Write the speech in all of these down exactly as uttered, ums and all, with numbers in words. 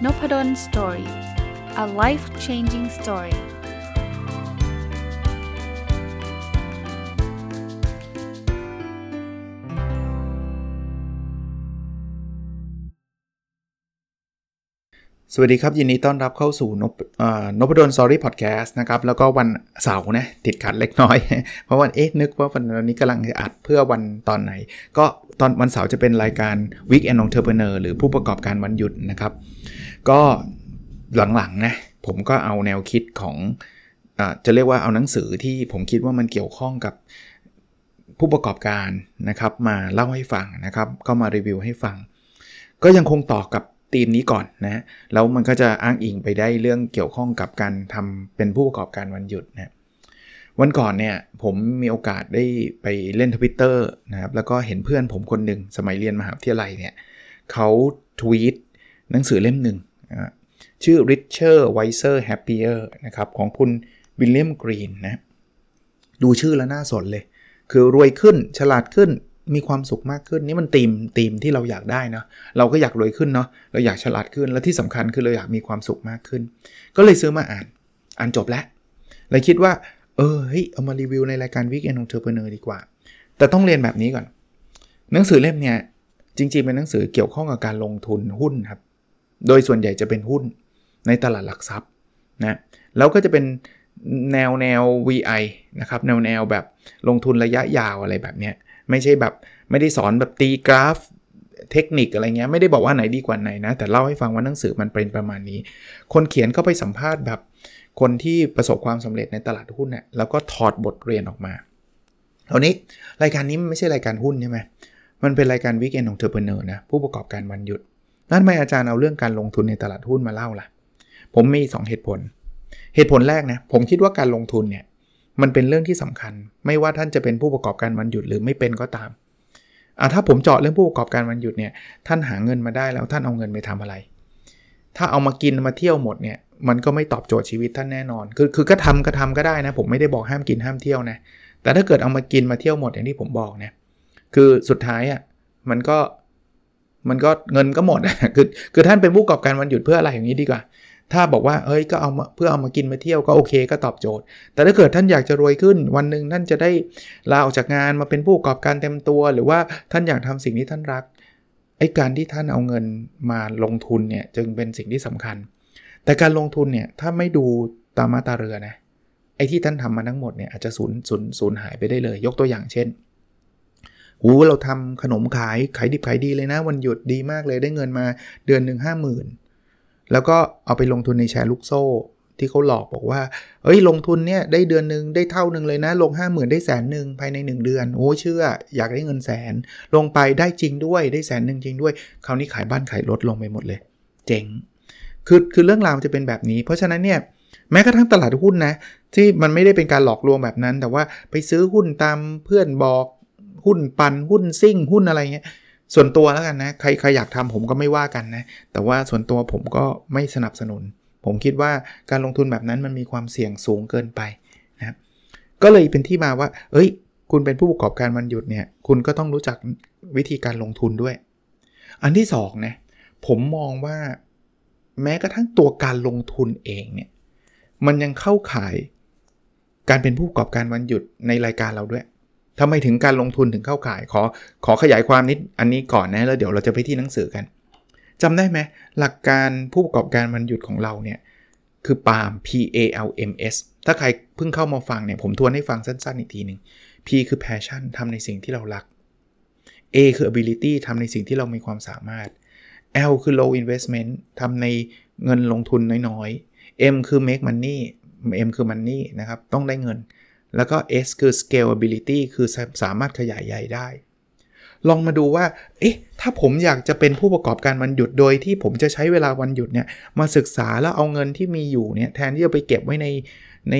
Nopadon Story. A life-changing story. สวัสดีครับยินดีต้อนรับเข้าสู่นพอ่านพดล Story Podcast นะครับแล้วก็วันเสาร์นะติดขัดเล็กน้อย เพราะว่าเอ๊ะนึกว่าวันนี้กำลังจะอัดเพื่อวันตอนไหนก็ตอนวันเสาร์จะเป็นรายการ Weekend Entrepreneur หรือผู้ประกอบการวันหยุดนะครับก็หลังๆนะผมก็เอาแนวคิดของอ่าจะเรียกว่าเอาหนังสือที่ผมคิดว่ามันเกี่ยวข้องกับผู้ประกอบการนะครับมาเล่าให้ฟังนะครับก็มารีวิวให้ฟังก็ยังคงต่อกับธีมนี้ก่อนนะแล้วมันก็จะอ้างอิงไปได้เรื่องเกี่ยวข้องกับการทำเป็นผู้ประกอบการวันหยุดนะวันก่อนเนี่ยผมมีโอกาสได้ไปเล่น Twitter นะครับแล้วก็เห็นเพื่อนผมคนหนึ่งสมัยเรียนมหาวิทยาลัยเนี่ยเขาทวีตหนังสือเล่มหนึ่งนะชื่อ Richer Wiser Happier นะครับของคุณวิลเลียมกรีนนะดูชื่อแล้วน่าสนเลยคือรวยขึ้นฉลาดขึ้นมีความสุขมากขึ้นนี่มันธีมธีมที่เราอยากได้เนาะเราก็อยากรวยขึ้นเนาะเราอยากฉลาดขึ้นและที่สำคัญคือเราอยากมีความสุขมากขึ้นก็เลยซื้อมาอ่านอ่านจบแล้วเลยคิดว่าเออเฮ้ยเอามารีวิวในรายการ Weekend Entrepreneur ดีกว่าแต่ต้องเรียนแบบนี้ก่อนหนังสือเล่มเนี้ยจริงๆเป็นหนังสือเกี่ยวข้องกับการลงทุนหุ้นครับโดยส่วนใหญ่จะเป็นหุ้นในตลาดหลักทรัพย์นะแล้วก็จะเป็นแนวแนว วี ไอ นะครับแนวแนวแบบลงทุนระยะยาวอะไรแบบเนี้ยไม่ใช่แบบไม่ได้สอนแบบตีกราฟเทคนิคอะไรเงี้ยไม่ได้บอกว่าไหนดีกว่าไหนนะแต่เล่าให้ฟังว่าหนังสือมันเป็นประมาณนี้คนเขียนก็ไปสัมภาษณ์แบบคนที่ประสบความสำเร็จในตลาดหุ้นเนี่ยแล้วก็ถอดบทเรียนออกมาคราวนี้รายการนี้ไม่ใช่รายการหุ้นใช่ไหมมันเป็นรายการ Weekend Entrepreneur นะผู้ประกอบการวันหยุดนั่นทำไมอาจารย์เอาเรื่องการลงทุนในตลาดหุ้นมาเล่าล่ะผมมีสองเหตุผลเหตุผลแรกนะผมคิดว่าการลงทุนเนี่ยมันเป็นเรื่องที่สำคัญไม่ว่าท่านจะเป็นผู้ประกอบการวันหยุดหรือไม่เป็นก็ตามอ่ะถ้าผมเจาะเรื่องผู้ประกอบการวันหยุดเนี่ยท่านหาเงินมาได้แล้วท่านเอาเงินไปทำอะไรถ้าเอามากินมาเที่ยวหมดเนี่ยมันก็ไม่ตอบโจทย์ชีวิตท่านแน่นอนคือคือก็ทำก็ทำก็ได้นะผมไม่ได้บอกห้ามกินห้ามเที่ยวนะแต่ถ้าเกิดเอามากินมาเที่ยวหมดอย่างที่ผมบอกเนี่ยคือสุดท้ายอ่ะมันก็มันก็เงินก็หมดคือคือท่านเป็นผู้ประกอบการวันหยุดเพื่ออะไรอย่างนี้ดีกว่าถ้าบอกว่าเอ้ยก็เอาเพื่อเอามากินมาเที่ยวก็โอเคก็ตอบโจทย์แต่ถ้าเกิดท่านอยากจะรวยขึ้นวันนึงท่านจะได้ลาออกจากงานมาเป็นผู้ประกอบการเต็มตัวหรือว่าท่านอยากทำสิ่งที่ท่านรักไอ้การที่ท่านเอาเงินมาลงทุนเนี่ยจึงเป็นสิ่งที่สำคัญแต่การลงทุนเนี่ยถ้าไม่ดูตามมาตาเรือนะไอ้ที่ท่านทำมาทั้งหมดเนี่ยอาจจะสูญสูญสูญหายไปได้เลยยกตัวอย่างเช่นหูเราทำขนมขายขายดิบขายดีเลยนะวันหยุดดีมากเลยได้เงินมาเดือนนึง ห้าหมื่นแล้วก็เอาไปลงทุนในแชร์ลูกโซ่ที่เขาหลอกบอกว่าเอ้ยลงทุนเนี่ยได้เดือนนึงได้เท่านึงเลยนะลง ห้าหมื่น ได้แสนนึงภายในหนึ่งเดือนโอ้เชื่ออยากได้เงินแสนลงไปได้จริงด้วยได้แสนนึงจริงด้วยคราวนี้ขายบ้านขายรถลงไปหมดเลยเจ๋งคือคือเรื่องราวจะเป็นแบบนี้เพราะฉะนั้นเนี่ยแม้กระทั่งตลาดหุ้นนะที่มันไม่ได้เป็นการหลอกลวงแบบนั้นแต่ว่าไปซื้อหุ้นตามเพื่อนบอกหุ้นปันหุ้นซิ่งหุ้นอะไรเงี้ยส่วนตัวแล้วกันนะใครใครอยากทำผมก็ไม่ว่ากันนะแต่ว่าส่วนตัวผมก็ไม่สนับสนุนผมคิดว่าการลงทุนแบบนั้นมันมีความเสี่ยงสูงเกินไปนะครับก็เลยเป็นที่มาว่าเอ้ยคุณเป็นผู้ประกอบการวันหยุดเนี่ยคุณก็ต้องรู้จักวิธีการลงทุนด้วยอันที่สองนะผมมองว่าแม้กระทั่งตัวการลงทุนเองเนี่ยมันยังเข้าข่ายการเป็นผู้ประกอบการวันหยุดในรายการเราด้วยทำไมถึงการลงทุนถึงเข้าข่ายขอขอขยายความนิดอันนี้ก่อนนะแล้วเดี๋ยวเราจะไปที่หนังสือกันจำได้ไหมหลักการผู้ประกอบการวันหยุดของเราเนี่ยคือ พี เอ เอ็ม P A L M S ถ้าใครเพิ่งเข้ามาฟังเนี่ยผมทวนให้ฟังสั้นๆอีกทีนึง P คือ passion ทำในสิ่งที่เรารัก A คือ ability ทำในสิ่งที่เรามีความสามารถ L คือ low investment ทำในเงินลงทุนน้อยๆ M คือ make money M คือ money นะครับต้องได้เงินแล้วก็ S คือ scalability คือสามารถขยายใหญ่ได้ลองมาดูว่าเอ๊ะถ้าผมอยากจะเป็นผู้ประกอบการวันหยุดโดยที่ผมจะใช้เวลาวันหยุดเนี่ยมาศึกษาแล้วเอาเงินที่มีอยู่เนี่ยแทนที่จะไปเก็บไว้ในใน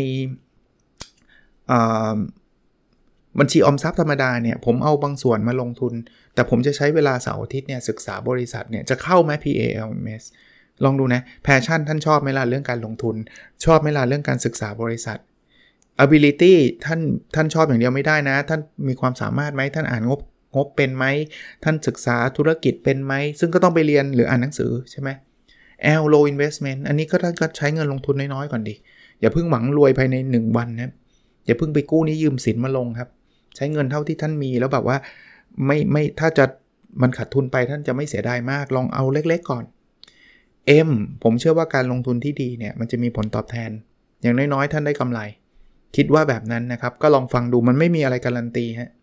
บัญชีออมทรัพย์ธรรมดาเนี่ยผมเอาบางส่วนมาลงทุนแต่ผมจะใช้เวลาเสาร์อาทิตย์เนี่ยศึกษาบริษัทเนี่ยจะเข้าไหม P A L M S ลองดูนะ passion ท่านชอบไหมล่ะเรื่องการลงทุนชอบไหมล่ะเรื่องการศึกษาบริษัท ability ท่านท่านชอบอย่างเดียวไม่ได้นะท่านมีความสามารถไหมท่านอ่านงบงบเป็นไหมท่านศึกษาธุรกิจเป็นไหมซึ่งก็ต้องไปเรียนหรืออ่านหนังสือใช่ไหม L low investment อันนี้ก็ท่านก็ใช้เงินลงทุนน้อยๆก่อนดิอย่าเพิ่งหวังรวยภายในหนึ่งวันนะอย่าเพิ่งไปกู้นี้ยืมสินมาลงครับใช้เงินเท่าที่ท่านมีแล้วแบบว่าไม่ไม่ถ้าจะมันขาดทุนไปท่านจะไม่เสียดายมากลองเอาเล็กๆก่อน M ผมเชื่อว่าการลงทุนที่ดีเนี่ยมันจะมีผลตอบแทนอย่างน้อยๆท่านได้กำไรคิดว่าแบบนั้นนะครับก็ลองฟังดูมันไม่มีอะไรการันตีฮะ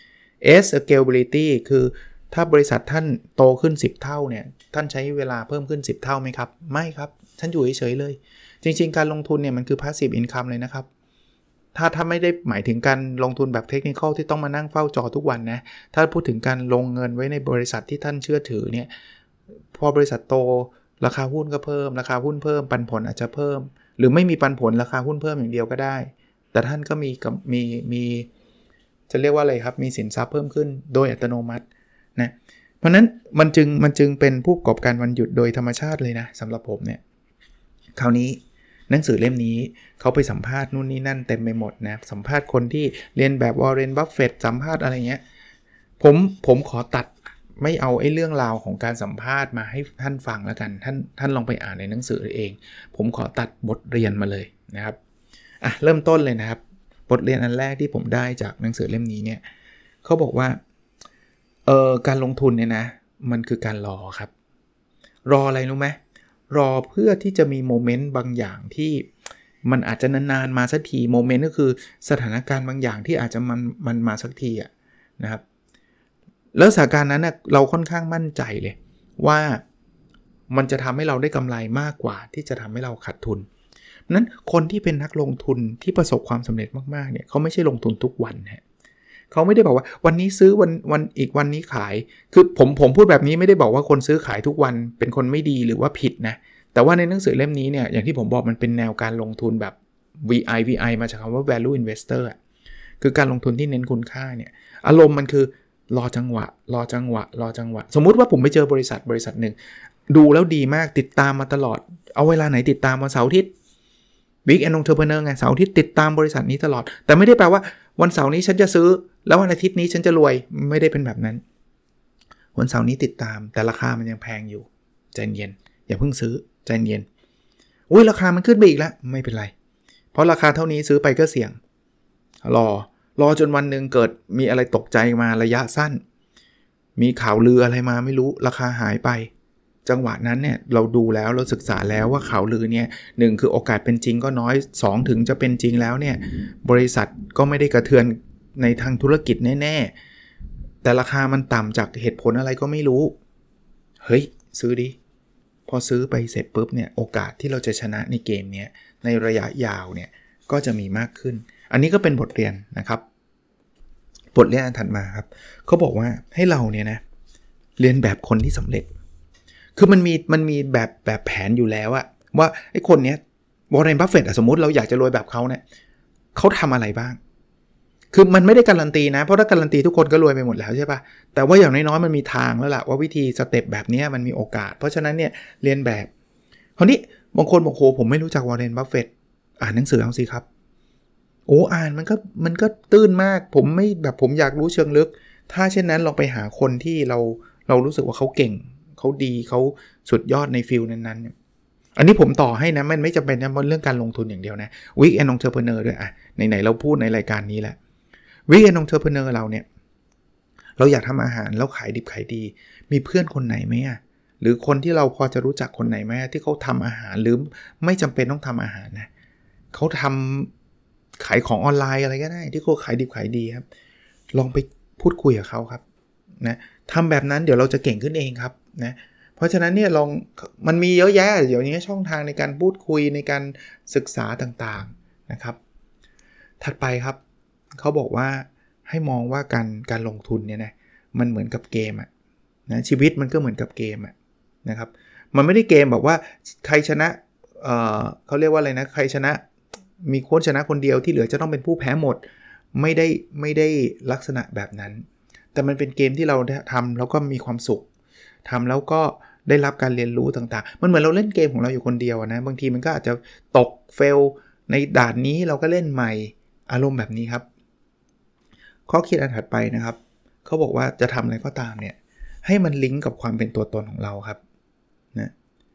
S scalability คือถ้าบริษัทท่านโตขึ้นสิบเท่าเนี่ยท่านใช้เวลาเพิ่มขึ้นสิบเท่าไหมครับไม่ครับท่านอยู่เฉยๆเลยจริงๆการลงทุนเนี่ยมันคือ passive income เลยนะครับถ้าถ้าไม่ได้หมายถึงการลงทุนแบบเทคนิคที่ต้องมานั่งเฝ้าจอทุกวันนะถ้าพูดถึงการลงเงินไว้ในบริษัทที่ท่านเชื่อถือเนี่ยพอบริษัทโตราคาหุ้นก็เพิ่มราคาหุ้นเพิ่มปันผลอาจจะเพิ่มหรือไม่มีปันผลราคาหุ้นเพิ่มอย่างเดียวก็ได้แต่ท่านก็มีมีมีจะเรียกว่าอะไรครับมีสินทรัพย์เพิ่มขึ้นโดยอัตโนมัตินะเพราะนั้นมันจึงมันจึงเป็นผู้ประกอบการวันหยุดโดยธรรมชาติเลยนะสำหรับผมเนี่ยคราวนี้หนังสือเล่มนี้เขาไปสัมภาษณ์นู่นนี่นั่นเต็มไปหมดนะสัมภาษณ์คนที่เรียนแบบวอร์เรน บัฟเฟตต์สัมภาษณ์อะไรเงี้ยผมผมขอตัดไม่เอาไอ้เรื่องราวของการสัมภาษณ์มาให้ท่านฟังแล้วกันท่านท่านลองไปอ่านในหนังสือเองผมขอตัดบทเรียนมาเลยนะครับอ่ะเริ่มต้นเลยนะครับบทเรียนอันแรกที่ผมได้จากหนังสือเล่มนี้เนี่ยเขาบอกว่าเอ่อการลงทุนเนี่ยนะมันคือการรอครับรออะไรรู้ไหมรอเพื่อที่จะมีโมเมนต์บางอย่างที่มันอาจจะนานๆมาสักทีโมเมนต์ก็คือสถานการณ์บางอย่างที่อาจจะมันมันมาสักทีอ่ะนะครับแล้วสถานการณ์นั้นนะเราค่อนข้างมั่นใจเลยว่ามันจะทำให้เราได้กำไรมากกว่าที่จะทำให้เราขาดทุนนั้นคนที่เป็นนักลงทุนที่ประสบความสำเร็จมากๆเนี่ยเขาไม่ใช่ลงทุนทุกวันฮะเขาไม่ได้บอกว่าวันนี้ซื้อวันวันอีกวันนี้ขายคือผมผมพูดแบบนี้ไม่ได้บอกว่าคนซื้อขายทุกวันเป็นคนไม่ดีหรือว่าผิดนะแต่ว่าในหนังสือเล่มนี้เนี่ยอย่างที่ผมบอกมันเป็นแนวการลงทุนแบบ วี ไอ วี ไอ มาจากคำว่า value investor คือการลงทุนที่เน้นคุณค่าเนี่ยอารมณ์มันคือรอจังหวะรอจังหวะรอจังหวะสมมุติว่าผมไปเจอบริษัทบริษัทหนึ่งดูแล้วดีมากติดตามมาตลอดเอาเวลาไหนติดตามวันเสาร์อาทิตย์ Big and Entrepreneur ไงเสาร์อาทิตย์ติดตามบริษัทนี้ตลอดแต่ไม่ได้แปลว่าวันเสาร์นี้ฉันจะซื้อแล้ววันอาทิตย์นี้ฉันจะรวยไม่ได้เป็นแบบนั้นวันเสาร์นี้ติดตามแต่ราคามันยังแพงอยู่ใจเย็นอย่าเพิ่งซื้อใจเย็นอุ้ยราคามันขึ้นไปอีกแล้วไม่เป็นไรเพราะราคาเท่านี้ซื้อไปก็เสี่ยงรอรอจนวันนึงเกิดมีอะไรตกใจมาระยะสั้นมีข่าวลืออะไรมาไม่รู้ราคาหายไปจังหวะนั้นเนี่ยเราดูแล้วเราศึกษาแล้วว่าข่าวลือเนี่ยหนึ่งคือโอกาสเป็นจริงก็น้อยสองถึงจะเป็นจริงแล้วเนี่ยบริษัทก็ไม่ได้กระเทือนในทางธุรกิจแน่ๆแต่ราคามันต่ำจากเหตุผลอะไรก็ไม่รู้เฮ้ยซื้อดิพอซื้อไปเสร็จปุ๊บเนี่ยโอกาสที่เราจะชนะในเกมนี้ในระยะยาวเนี่ยก็จะมีมากขึ้นอันนี้ก็เป็นบทเรียนนะครับบทเรียนอันถัดมาครับเขาบอกว่าให้เราเนี่ยนะเรียนแบบคนที่สำเร็จคือมันมีมันมีแบบแบบแผนอยู่แล้วอะว่าไอ้คนเนี้ยวอร์เรน บัฟเฟตต์สมมุติเราอยากจะรวยแบบเขาเนี่ยเขาทำอะไรบ้างคือมันไม่ได้การันตีนะเพราะถ้าการันตีทุกคนก็รวยไปหมดแล้วใช่ป่ะแต่ว่าอย่างน้อยๆมันมีทางแล้วล่ะว่าวิธีสเต็ปแบบนี้มันมีโอกาสเพราะฉะนั้นเนี่ยเรียนแบบคราวนี้บางคนบอกโหผมไม่รู้จักวอร์เรน บัฟเฟตต์อ่านหนังสือเอาสิครับโอ้อ่านมันก็มันก็ตื้นมากผมไม่แบบผมอยากรู้เชิงลึกถ้าเช่นนั้นลองไปหาคนที่เราเรารู้สึกว่าเขาเก่งเขาดีเขาสุดยอดในฟิลนั้นๆอันนี้ผมต่อให้นะมันไม่จำเป็นนะเรื่องการลงทุนอย่างเดียวนะ Week and Entrepreneur ด้วยอ่ะไหนๆเราพูดในรายการนี้แหละ Week and Entrepreneur เราเนี่ยเราอยากทำอาหารแล้วขายดิบขายดีมีเพื่อนคนไหนไหมอ่ะหรือคนที่เราพอจะรู้จักคนไหนไหมที่เขาทำอาหารหรือไม่จำเป็นต้องทำอาหารนะเขาทำขายของออนไลน์อะไรก็ได้ที่เขาขายดิบขายดีครับลองไปพูดคุยกับเขาครับนะทำแบบนั้นเดี๋ยวเราจะเก่งขึ้นเองครับนะเพราะฉะนั้นเนี่ยลองมันมีเยอะแยะเดี๋ยวนี้ช่องทางในการพูดคุยในการศึกษาต่างๆนะครับถัดไปครับเขาบอกว่าให้มองว่าการการลงทุนเนี่ยนะมันเหมือนกับเกมอะนะชีวิตมันก็เหมือนกับเกมอะนะครับมันไม่ได้เกมแบบว่าใครชนะเอ่อเขาเรียกว่าอะไรนะใครชนะมีคนชนะคนเดียวที่เหลือจะต้องเป็นผู้แพ้หมดไม่ได้ไม่ได้ลักษณะแบบนั้นแต่มันเป็นเกมที่เราทำแล้วก็มีความสุขทำแล้วก็ได้รับการเรียนรู้ต่างๆมันเหมือนเราเล่นเกมของเราอยู่คนเดียวนะบางทีมันก็อาจจะตกเฟลในด่านนี้เราก็เล่นใหม่อารมณ์แบบนี้ครับข้อคิดอันถัดไปนะครับเขาบอกว่าจะทำอะไรก็ตามเนี่ยให้มันลิงก์กับความเป็นตัวตนของเราครับนะ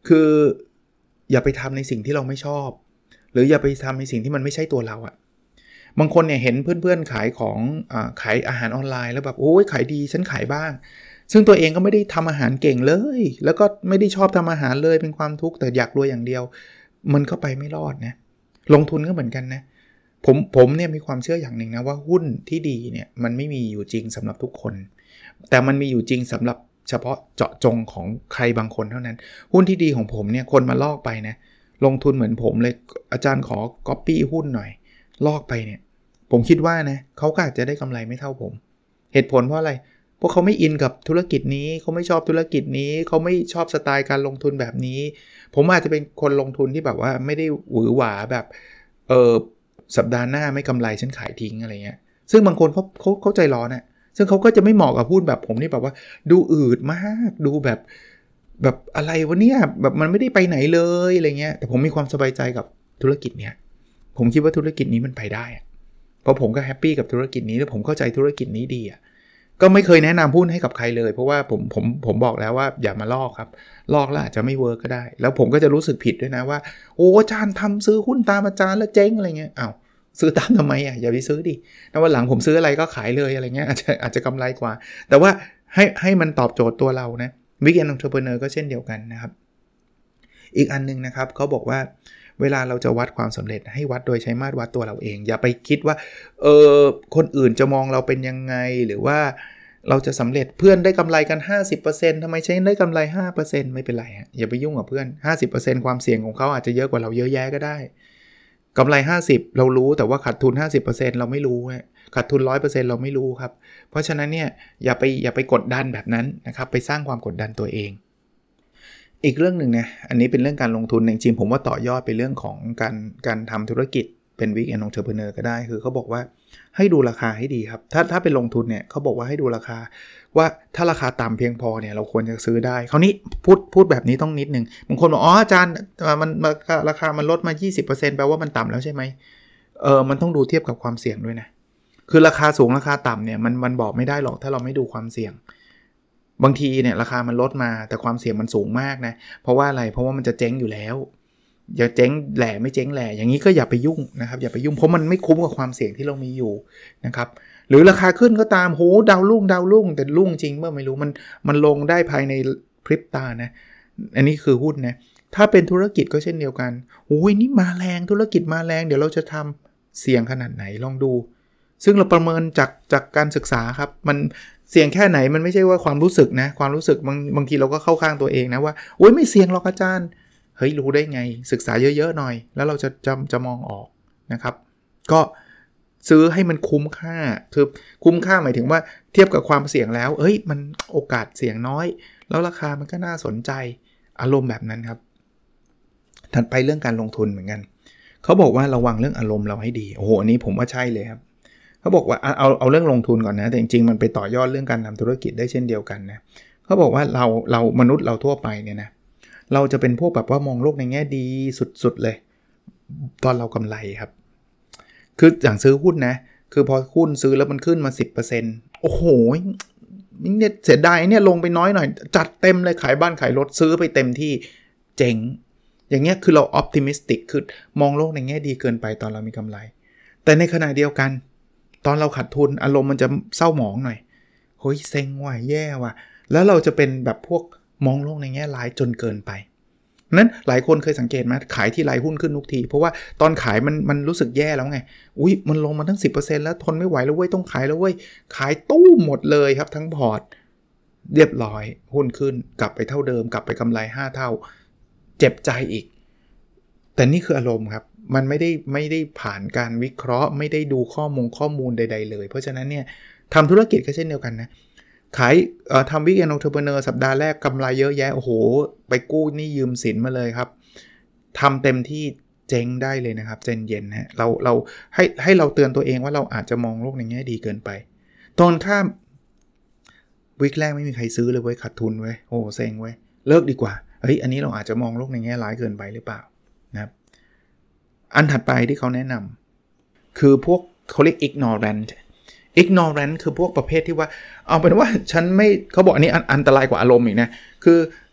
คืออย่าไปทำในสิ่งที่เราไม่ชอบหรืออย่าไปทำในสิ่งที่มันไม่ใช่ตัวเราอะบางคนเนี่ยเห็นเพื่อนๆขายของอ่าขายอาหารออนไลน์แล้วแบบโอ้ยขายดีฉันขายบ้างซึ่งตัวเองก็ไม่ได้ทำอาหารเก่งเลยแล้วก็ไม่ได้ชอบทำอาหารเลยเป็นความทุกข์แต่อยากรวยอย่างเดียวมันก็ไปไม่รอดนะลงทุนก็เหมือนกันนะผมผมเนี่ยมีความเชื่ออย่างหนึ่งนะว่าหุ้นที่ดีเนี่ยมันไม่มีอยู่จริงสำหรับทุกคนแต่มันมีอยู่จริงสำหรับเฉพาะเจาะจงของใครบางคนเท่านั้นหุ้นที่ดีของผมเนี่ยคนมาลอกไปนะลงทุนเหมือนผมเลยอาจารย์ขอก๊อปปี้หุ้นหน่อยลอกไปเนี่ยผมคิดว่านะเขาก็อาจจะได้กำไรไม่เท่าผมเหตุผลเพราะอะไรเพราะเขาไม่อินกับธุรกิจนี้เขาไม่ชอบธุรกิจนี้เขาไม่ชอบสไตล์การลงทุนแบบนี้ผมอาจจะเป็นคนลงทุนที่แบบว่าไม่ได้หวือหวาแบบเออสัปดาห์หน้าไม่กำไรฉันขายทิ้งอะไรเงี้ยซึ่งบางคนเขาเขาเข้าใจร้อนนะซึ่งเขาก็จะไม่เหมาะกับหุ้นแบบผมที่แบบว่าดูอืดมากดูแบบแบบอะไรวะเนี่ยแบบมันไม่ได้ไปไหนเลยอะไรเงี้ยแต่ผมมีความสบายใจกับธุรกิจเนี้ยผมคิดว่าธุรกิจนี้มันไปได้เพราะผมก็แฮปปี้กับธุรกิจนี้แล้วผมเข้าใจธุรกิจนี้ดีอ่ะก็ไม่เคยแนะนำหุ้นให้กับใครเลยเพราะว่าผมผมผมบอกแล้วว่าอย่ามาลอกครับลอกแล้วอาจจะไม่เวิร์กก็ได้แล้วผมก็จะรู้สึกผิดด้วยนะว่าโอ้อาจารย์ทำซื้อหุ้นตามอาจารย์แล้วเจ๊งอะไรเงี้ยอ้าวซื้อตามทำไมอ่ะอย่าไปซื้อดิแล้ววันหลังผมซื้ออะไรก็ขายเลยอะไรเงี้ยอาจจะอาจจะกำไรกว่าแต่ว่าให้ให้มันตอบโจทย์ตัวเรานะ Weekend Entrepreneur ก็เช่นเดียวกันนะครับอีกอันนึงนะครับเขาบอกว่าเวลาเราจะวัดความสำเร็จให้วัดโดยใช้มาตรวัดตัวเราเองอย่าไปคิดว่าเออคนอื่นจะมองเราเป็นยังไงหรือว่าเราจะสำเร็จเพื่อนได้กำไรกัน ห้าสิบเปอร์เซ็นต์ ทำไมฉันได้กำไร ห้าเปอร์เซ็นต์ ไม่เป็นไรฮะอย่าไปยุ่งกับเพื่อน ห้าสิบเปอร์เซ็นต์ ความเสี่ยงของเขาอาจจะเยอะกว่าเราเยอะแยะก็ได้กำไรห้าสิบเรารู้แต่ว่าขาดทุน ห้าสิบเปอร์เซ็นต์ เราไม่รู้ขาดทุน ร้อยเปอร์เซ็นต์ เราไม่รู้ครับเพราะฉะนั้นเนี่ยอย่าไปอย่าไปกดดันแบบนั้นนะครับไปสร้างความกดดันตัวเองอีกเรื่องหนึ่งนะอันนี้เป็นเรื่องการลงทุนจริงๆผมว่าต่อยอดไปเรื่องของการการทำธุรกิจเป็น Weekend Entrepreneur ก็ได้คือเขาบอกว่าให้ดูราคาให้ดีครับถ้าถ้าเป็นลงทุนเนี่ยเขาบอกว่าให้ดูราคาว่าถ้าราคาต่ำเพียงพอเนี่ยเราควรจะซื้อได้คราวนี้พูดพูดแบบนี้ต้องนิดนึงบางคนบอกอ๋ออาจารย์มันราคามันลดมา ยี่สิบเปอร์เซ็นต์ แปลว่ามันต่ำแล้วใช่ไหมเออมันต้องดูเทียบกับความเสี่ยงด้วยนะคือราคาสูงราคาต่ำเนี่ยมันมันบอกไม่ได้หรอกถ้าเราไม่ดูความเสี่ยงบางทีเนี่ยราคามันลดมาแต่ความเสี่ยงมันสูงมากนะเพราะว่าอะไรเพราะว่ามันจะเจ๊งอยู่แล้วอย่าเจ๊งแหล่ไม่เจ๊งแหล่อย่างนี้ก็อย่าไปยุ่งนะครับอย่าไปยุ่งเพราะมันไม่คุ้มกับความเสี่ยงที่เรามีอยู่นะครับหรือราคาขึ้นก็ตามโหดาวรุ่งดาวรุ่งแต่รุ่งจริงเมื่อไม่รู้มันมันลงได้ภายในพริบตานะอันนี้คือหุ้นนะถ้าเป็นธุรกิจก็เช่นเดียวกันโอ้ยนี่มาแรงธุรกิจมาแรงเดี๋ยวเราจะทำเสี่ยงขนาดไหนลองดูซึ่งเราประเมินจากจากการศึกษาครับมันเสี่ยงแค่ไหนมันไม่ใช่ว่าความรู้สึกนะความรู้สึกบางบางทีเราก็เข้าข้างตัวเองนะว่าโอ๊ยไม่เสี่ยงหรอกอาจารย์เฮ้ยรู้ได้ไงศึกษาเยอะๆหน่อยแล้วเราจะจำจะมองออกนะครับก็ซื้อให้มันคุ้มค่าคือคุ้มค่าหมายถึงว่าเทียบกับความเสี่ยงแล้วเอ้ยมันโอกาสเสี่ยงน้อยแล้วราคามันก็น่าสนใจอารมณ์แบบนั้นครับถัดไปเรื่องการลงทุนเหมือนกันเขาบอกว่าระวังเรื่องอารมณ์เราให้ดีโอ้โหอันนี้ผมว่าใช่เลยครับเขาบอกว่าเอาเอาเรื่องลงทุนก่อนนะแต่จริงๆมันไปต่อยอดเรื่องการทำธุรกิจได้เช่นเดียวกันนะเขาบอกว่าเราเรามนุษย์เราทั่วไปเนี่ยนะเราจะเป็นพวกแบบว่ามองโลกในแง่ดีสุดๆเลยตอนเรากำไรครับคืออย่างซื้อหุ้นนะคือพอหุ้นซื้อแล้วมันขึ้นมา สิบเปอร์เซ็นต์ โอ้โหเนี่ยเสียดายเนี่ยลงไปน้อยหน่อยจัดเต็มเลยขายบ้านขายรถซื้อไปเต็มที่เจ๋งอย่างเงี้ยคือเราออพติมิสติกคือมองโลกในแง่ดีเกินไปตอนเรามีกำไรแต่ในขณะเดียวกันตอนเราขาดทุนอารมณ์มันจะเศร้าหมองหน่อยเฮ้ยเซ็งว่ะแย่ว่ะแล้วเราจะเป็นแบบพวกมองโลกในแง่ร้ายจนเกินไปนั้นหลายคนเคยสังเกตไหมขายที่ไรหุ้นขึ้นทุกทีเพราะว่าตอนขายมันมันรู้สึกแย่แล้วไงอุ้ยมันลงมาตั้ง สิบเปอร์เซ็นต์ แล้วทนไม่ไหวแล้วเว้ยต้องขายแล้วเว้ยขายตู้หมดเลยครับทั้งพอร์ตเรียบร้อยหุ้นขึ้นกลับไปเท่าเดิมกลับไปกำไรห้าเท่าเจ็บใจอีกแต่นี่คืออารมณ์ครับมันไม่ได้ไม่ได้ผ่านการวิเคราะห์ไม่ได้ดูข้อมูลข้อมูลใดๆเลยเพราะฉะนั้นเนี่ยทำธุรกิจก็เช่นเดียวกันนะขายเอ่อทำ Weekend Entrepreneur สัปดาห์แรกกำไรเยอะแยะโอ้โหไปกู้หนี้ยืมสินมาเลยครับทำเต็มที่เจ๊งได้เลยนะครับใจเย็นๆนะเราเราให้ให้เราเตือนตัวเองว่าเราอาจจะมองโลกในแง่ดีเกินไปตอนข้ามวีคแรกไม่มีใครซื้อเลยเว้ยขาดทุนเว้ยโอ้เซ็งเว้ยเลิกดีกว่าเฮ้ยอันนี้เราอาจจะมองโลกในแง่ร้ายเกินไปหรือเปล่านะครับอันถัดไปที่เขาแนะนำคือพวกเขาเรียก ignorant ignorant คือพวกประเภทที่ว่าเอาเป็นว่าฉันไม่เขาบอกอันนี้อันตรายกว่าอารมณ์อีกนะคือ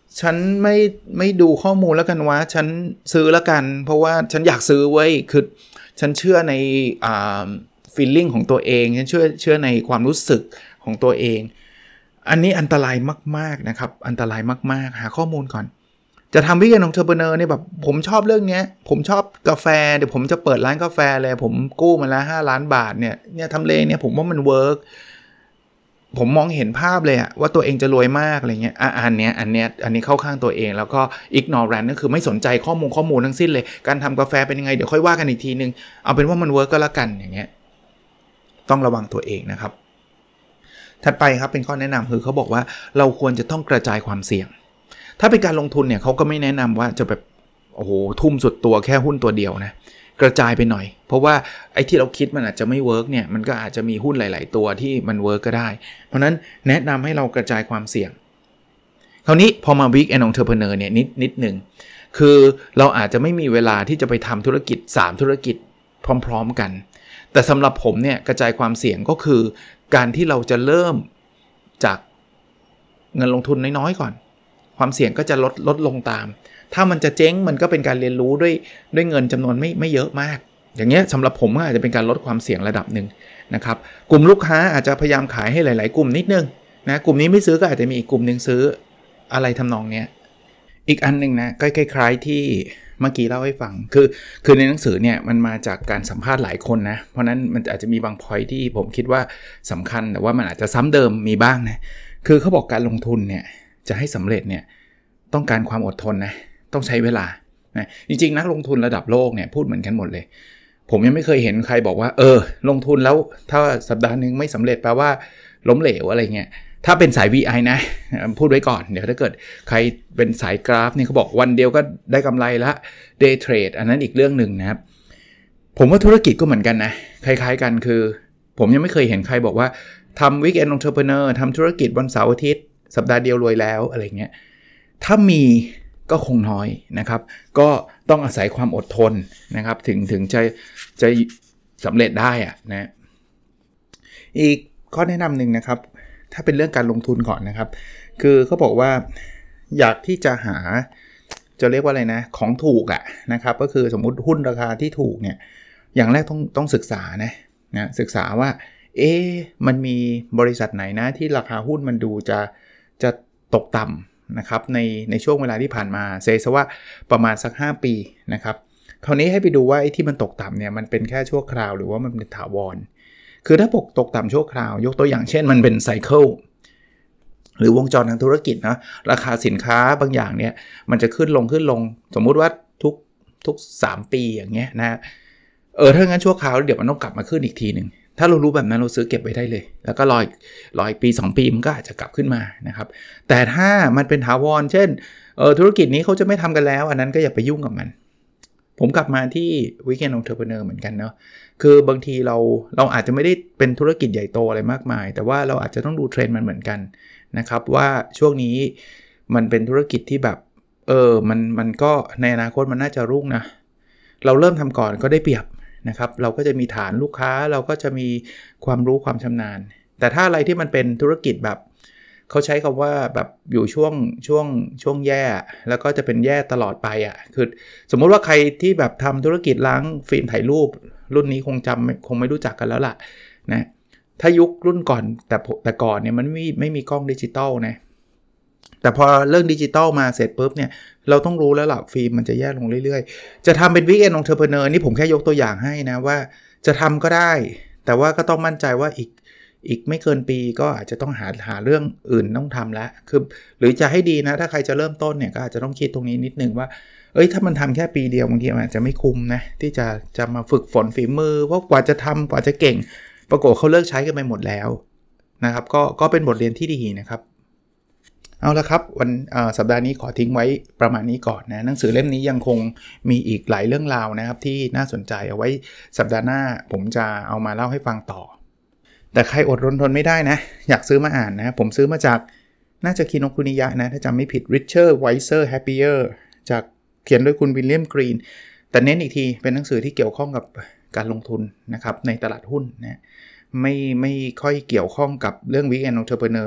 ฉันไม่ไม่ดูข้อมูลแล้วกันว่าฉันซื้อแล้วกันเพราะว่าฉันอยากซื้อไว้คือฉันเชื่อในอ่า feeling ของตัวเองฉันเชื่อเชื่อในความรู้สึกของตัวเองอันนี้อันตรายมากๆนะครับอันตรายมากๆหาข้อมูลก่อนจะทำวิกเอนองเทอร์เพเนอร์เนี่ยแบบผมชอบเรื่องนี้ผมชอบกาแฟเดี๋ยวผมจะเปิดร้านกาแฟเลยผมกู้มาแล้วห้าล้านบาทเนี่ยเนี่ยทำเลเนี่ยผมว่ามันเวิร์กผมมองเห็นภาพเลยอะว่าตัวเองจะรวยมากอะไรเงี้ยอ่ะอันเนี้ยอันเนี้ยอันนี้เข้าข้างตัวเองแล้วก็ ignorant ก็คือไม่สนใจข้อมูลข้อมูลทั้งสิ้นเลยการทำกาแฟเป็นยังไงเดี๋ยวค่อยว่ากันอีกทีนึงเอาเป็นว่ามันเวิร์กก็แล้วกันอย่างเงี้ยต้องระวังตัวเองนะครับถัดไปครับเป็นข้อแนะนำคือเขาบอกว่าเราควรจะต้องกระจายความเสี่ยงถ้าเป็นการลงทุนเนี่ยเขาก็ไม่แนะนำว่าจะแบบโอ้โหทุ่มสุดตัวแค่หุ้นตัวเดียวนะกระจายไปหน่อยเพราะว่าไอ้ที่เราคิดมันอาจจะไม่เวิร์กเนี่ยมันก็อาจจะมีหุ้นหลายๆตัวที่มันเวิร์กก็ได้เพราะนั้นแนะนำให้เรากระจายความเสี่ยงคราวนี้พอมา Weekend Entrepreneur เนี่ยนิดนิดหนึ่งคือเราอาจจะไม่มีเวลาที่จะไปทำธุรกิจสามธุรกิจพร้อมๆกันแต่สำหรับผมเนี่ยกระจายความเสี่ยงก็คือการที่เราจะเริ่มจากเงินลงทุนน้อยๆก่อนความเสี่ยงก็จะลดลดลงตามถ้ามันจะเจ๊งมันก็เป็นการเรียนรู้ด้วยด้วยเงินจำนวนไม่ไม่เยอะมากอย่างเงี้ยสำหรับผมก็อาจจะเป็นการลดความเสี่ยงระดับหนึ่งนะครับกลุ่มลูกค้าอาจจะพยายามขายให้หลายๆกลุ่มนิดนึงนะกลุ่มนี้ไม่ซื้อก็อาจจะมีอีกกลุ่มนึงซื้ออะไรทำนองเนี้ยอีกอันนึงนะใกล้ๆที่เมื่อกี้เล่าให้ฟังคือคือในหนังสือเนี่ยมันมาจากการสัมภาษณ์หลายคนนะเพราะนั้นมันอาจจะมีบาง point ที่ผมคิดว่าสำคัญแต่ว่ามันอาจจะซ้ำเดิมมีบ้างนะคือเขาบอกการลงทุนเนี่ยจะให้สำเร็จเนี่ยต้องการความอดทนนะต้องใช้เวลานะจริงๆนักลงทุนระดับโลกเนี่ยพูดเหมือนกันหมดเลยผมยังไม่เคยเห็นใครบอกว่าเออลงทุนแล้วถ้าสัปดาห์นึงไม่สำเร็จแปลว่าล้มเหลวอะไรเงี้ยถ้าเป็นสาย วี ไอ นะพูดไว้ก่อนเดี๋ยวถ้าเกิดใครเป็นสายกราฟนี่เขาบอกวันเดียวก็ได้กำไรละ day trade อันนั้นอีกเรื่องนึงนะครับผมว่าธุรกิจก็เหมือนกันนะคล้ายๆกันคือผมยังไม่เคยเห็นใครบอกว่าทำ Weekend Entrepreneur ทำธุรกิจวันเสาร์อาทิตย์สัปดาห์เดียวรวยแล้วอะไรเงี้ยถ้ามีก็คงน้อยนะครับก็ต้องอาศัยความอดทนนะครับถึงถึงจะจะสำเร็จได้อะนะอีกข้อแนะนำหนึ่งนะครับถ้าเป็นเรื่องการลงทุนก่อนนะครับคือเขาบอกว่าอยากที่จะหาจะเรียกว่าอะไรนะของถูกอะนะครับก็คือสมมุติหุ้นราคาที่ถูกเนี่ยอย่างแรกต้องต้องศึกษานะนะศึกษาว่าเอ๊ะมันมีบริษัทไหนนะที่ราคาหุ้นมันดูจะจะตกต่ำนะครับในในช่วงเวลาที่ผ่านมาเซซะว่าประมาณสักห้าปีนะครับคราวนี้ให้ไปดูว่าไอ้ที่มันตกต่ำเนี่ยมันเป็นแค่ชั่วคราวหรือว่ามันเป็นถาวรคือถ้าปกตกต่ำชั่วคราวยกตัวอย่างเช่นมันเป็นไซเคิลหรือวงจรทางธุรกิจนะราคาสินค้าบางอย่างเนี่ยมันจะขึ้นลงขึ้นลงสมมุติว่าทุกทุกสามปีอย่างเงี้ยนะเออถ้างั้นชั่วคราวเดี๋ยวมันต้องกลับมาขึ้นอีกทีนึงถ้าเรารู้แบบนั้นเราซื้อเก็บไว้ได้เลยแล้วก็รอรออีกปีสองปีมันก็อาจจะกลับขึ้นมานะครับแต่ถ้ามันเป็นถาวรเช่นเออธุรกิจนี้เขาจะไม่ทำกันแล้วอันนั้นก็อย่าไปยุ่งกับมันผมกลับมาที่ Weekend Entrepreneur เหมือนกันเนาะคือบางทีเราเราอาจจะไม่ได้เป็นธุรกิจใหญ่โตอะไรมากมายแต่ว่าเราอาจจะต้องดูเทรนด์มันเหมือนกันนะครับว่าช่วงนี้มันเป็นธุรกิจที่แบบเออมันมันก็ในอนาคตมันน่าจะรุ่งนะเราเริ่มทำก่อนก็ได้เปรียบนะครับเราก็จะมีฐานลูกค้าเราก็จะมีความรู้ความชำนาญแต่ถ้าอะไรที่มันเป็นธุรกิจแบบเขาใช้คำว่าแบบอยู่ช่วงช่วงช่วงแย่แล้วก็จะเป็นแย่ตลอดไปอ่ะคือสมมุติว่าใครที่แบบทำธุรกิจล้างฟิล์มถ่ายรูปรุ่นนี้คงจำคงไม่รู้จักกันแล้วล่ะนะถ้ายุครุ่นก่อนแต่แต่ก่อนเนี่ยมันไม่ไม่มีกล้องดิจิตอลนะแต่พอเรื่องดิจิตอลมาเสร็จปุ๊บเนี่ยเราต้องรู้แล้วล่ะฟิล์มมันจะแย่ลงเรื่อยๆจะทำเป็น Weekend Entrepreneur นี่ผมแค่ยกตัวอย่างให้นะว่าจะทำก็ได้แต่ว่าก็ต้องมั่นใจว่าอีกอีกไม่เกินปีก็อาจจะต้องหาหาเรื่องอื่นต้องทำแล้วคือหรือจะให้ดีนะถ้าใครจะเริ่มต้นเนี่ยก็อาจจะต้องคิดตรงนี้นิดนึงว่าเอ้ยถ้ามันทำแค่ปีเดียวบางทีมันอาจจะไม่คุ้มนะที่จะจะมาฝึกฝนฝีมือเพราะกว่าจะทำกว่าจะเก่งปรากฏเขาเลิกใช้กันไปหมดแล้วนะครับก็ก็เป็นบทเรียนที่ดีนะครับเอาละครับวันสัปดาห์นี้ขอทิ้งไว้ประมาณนี้ก่อนนะหนังสือเล่มนี้ยังคงมีอีกหลายเรื่องราวนะครับที่น่าสนใจเอาไว้สัปดาห์หน้าผมจะเอามาเล่าให้ฟังต่อแต่ใครอดรนทนไม่ได้นะอยากซื้อมาอ่านนะผมซื้อมาจากน่าจะคิโนคุนิยะนะถ้าจำไม่ผิด Richer Wiser Happier จากเขียนโดยคุณวิลเลียมกรีนแต่เน้นอีกทีเป็นหนังสือที่เกี่ยวข้องกับการลงทุนนะครับในตลาดหุ้นนะไม่ไม่ค่อยเกี่ยวข้องกับเรื่อง Weekend Entrepreneur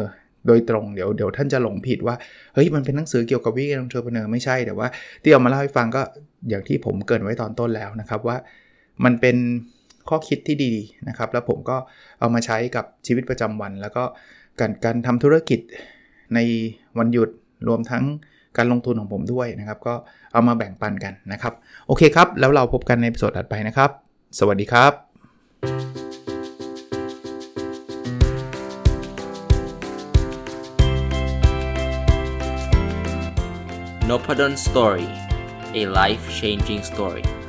โดยตรงเดี๋ยวเดี๋ยวท่านจะหลงผิดว่าเฮ้ยมันเป็นหนังสือเกี่ยวกับวิธีการ entrepreneur ไม่ใช่แต่ว่าที่เอามาเล่าให้ฟังก็อย่างที่ผมเกริ่นไว้ตอนต้นแล้วนะครับว่ามันเป็นข้อคิดที่ดีนะครับแล้วผมก็เอามาใช้กับชีวิตประจำวันแล้วก็การการทำธุรกิจในวันหยุดรวมทั้งการลงทุนของผมด้วยนะครับก็เอามาแบ่งปันกันนะครับโอเคครับแล้วเราพบกันในตอนถัดไปนะครับสวัสดีครับ Nopadon Story, a life-changing story.